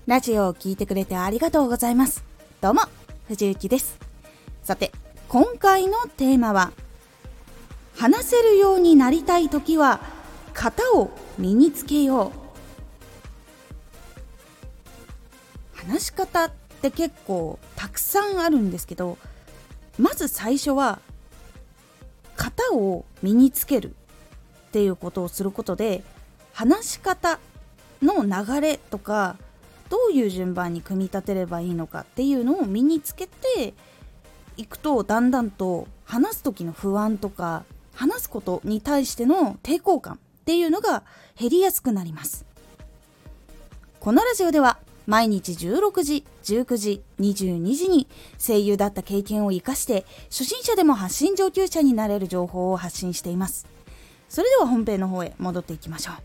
ラジオを聞いてくれてありがとうございます。どうも、藤幸です。さて、今回のテーマは、話せるようになりたいときは型を身につけよう。話し方って結構たくさんあるんですけど、まず最初は型を身につけるっていうことをすることで、話し方の流れとかどういう順番に組み立てればいいのかっていうのを身につけていくと、だんだんと話す時の不安とか話すことに対しての抵抗感っていうのが減りやすくなります。このラジオでは毎日16時、19時、22時に声優だった経験を生かして初心者でも発信上級者になれる情報を発信しています。それでは本編の方へ戻っていきましょう。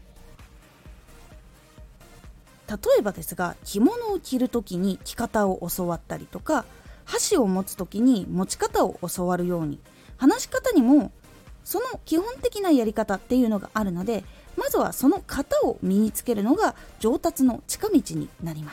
例えばですが、着物を着るときに着方を教わったりとか、箸を持つときに持ち方を教わるように、話し方にもその基本的なやり方っていうのがあるので、まずはその型を身につけるのが上達の近道になります。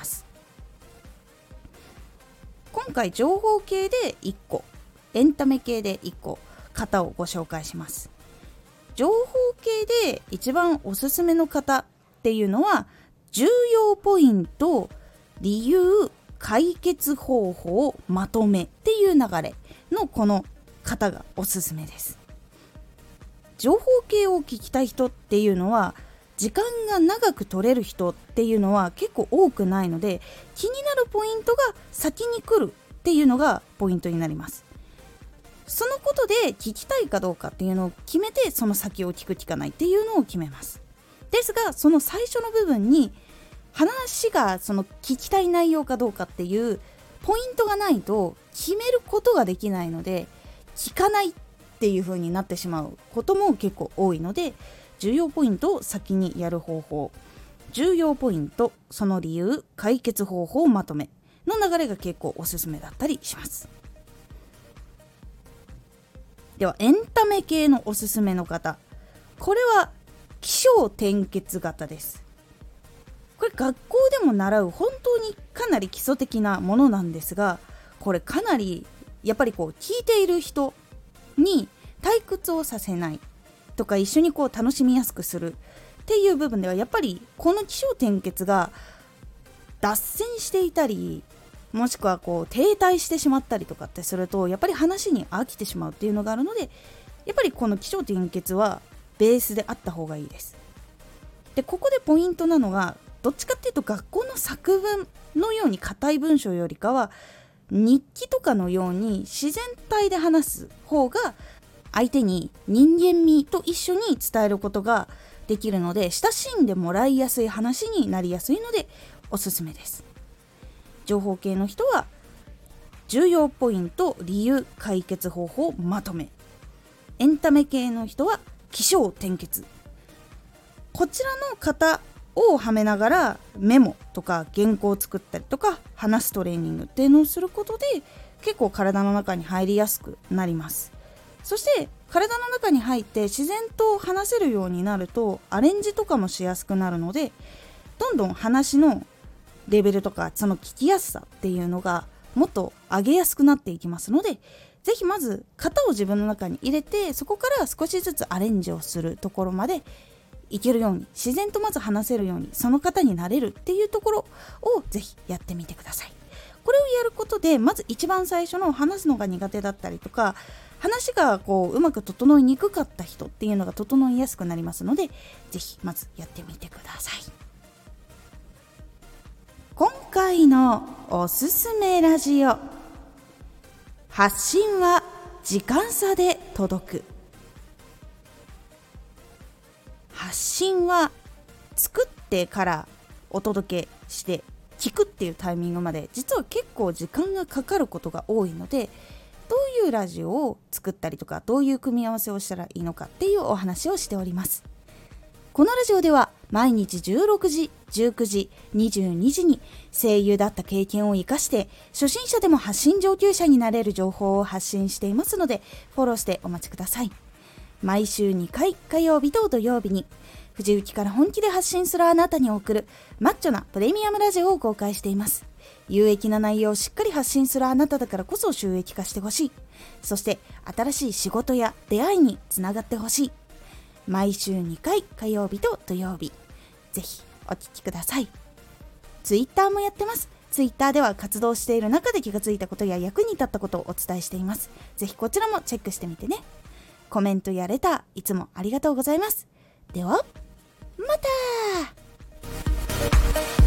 今回情報系で1個、エンタメ系で1個型をご紹介します。情報系で一番おすすめの型っていうのは、重要ポイント、理由、解決方法、まとめっていう流れのこの型がおすすめです。情報系を聞きたい人っていうのは、時間が長く取れる人っていうのは結構多くないので、気になるポイントが先に来るっていうのがポイントになります。そのことで聞きたいかどうかっていうのを決めて、その先を聞く聞かないっていうのを決めます。ですが、その最初の部分に話がその聞きたい内容かどうかっていうポイントがないと決めることができないので、聞かないっていう風になってしまうことも結構多いので、重要ポイントを先にやる方法、重要ポイント、その理由、解決方法、まとめの流れが結構おすすめだったりします。ではエンタメ系のおすすめの方、これは起承転結型です。これ学校でも習う本当にかなり基礎的なものなんですが、これかなりやっぱり聞いている人に退屈をさせないとか、一緒に楽しみやすくするっていう部分では、やっぱりこの起承転結が脱線していたり、もしくは停滞してしまったりとかってすると、やっぱり話に飽きてしまうっていうのがあるので、やっぱりこの起承転結はベースであった方がいいです。で、ここでポイントなのが、どっちかっていうと学校の作文のように硬い文章よりかは、日記とかのように自然体で話す方が相手に人間味と一緒に伝えることができるので、親しんでもらいやすい話になりやすいのでおすすめです。情報系の人は重要ポイント、理由、解決方法、まとめ。エンタメ系の人は起承転結。こちらの型をはめながらメモとか原稿を作ったりとか、話すトレーニングっていうのをすることで結構体の中に入りやすくなります。そして体の中に入って自然と話せるようになると、アレンジとかもしやすくなるので、どんどん話のレベルとかその聞きやすさっていうのがもっと上げやすくなっていきますので、ぜひまず型を自分の中に入れて、そこから少しずつアレンジをするところまでいけるように、自然とまず話せるように、その方になれるっていうところをぜひやってみてください。これをやることで、まず一番最初の話すのが苦手だったりとか、話がうまく整いにくかった人っていうのが整いやすくなりますので、ぜひまずやってみてください。今回のおすすめラジオ、発信は時間差で届く。発信は作ってからお届けして聞くっていうタイミングまで、実は結構時間がかかることが多いので、どういうラジオを作ったりとか、どういう組み合わせをしたらいいのかっていうお話をしております。このラジオでは毎日16時、19時、22時に声優だった経験を生かして初心者でも発信上級者になれる情報を発信していますので、フォローしてお待ちください。 毎週2回火曜日と土曜日に藤雪から本気で発信するあなたに送るマッチョなプレミアムラジオを公開しています。有益な内容をしっかり発信するあなただからこそ収益化してほしい。そして新しい仕事や出会いにつながってほしい。毎週2回火曜日と土曜日、ぜひお聞きください。ツイッターもやってます。ツイッターでは活動している中で気がついたことや役に立ったことをお伝えしています。ぜひこちらもチェックしてみてね。コメントやレターいつもありがとうございます。ではまた。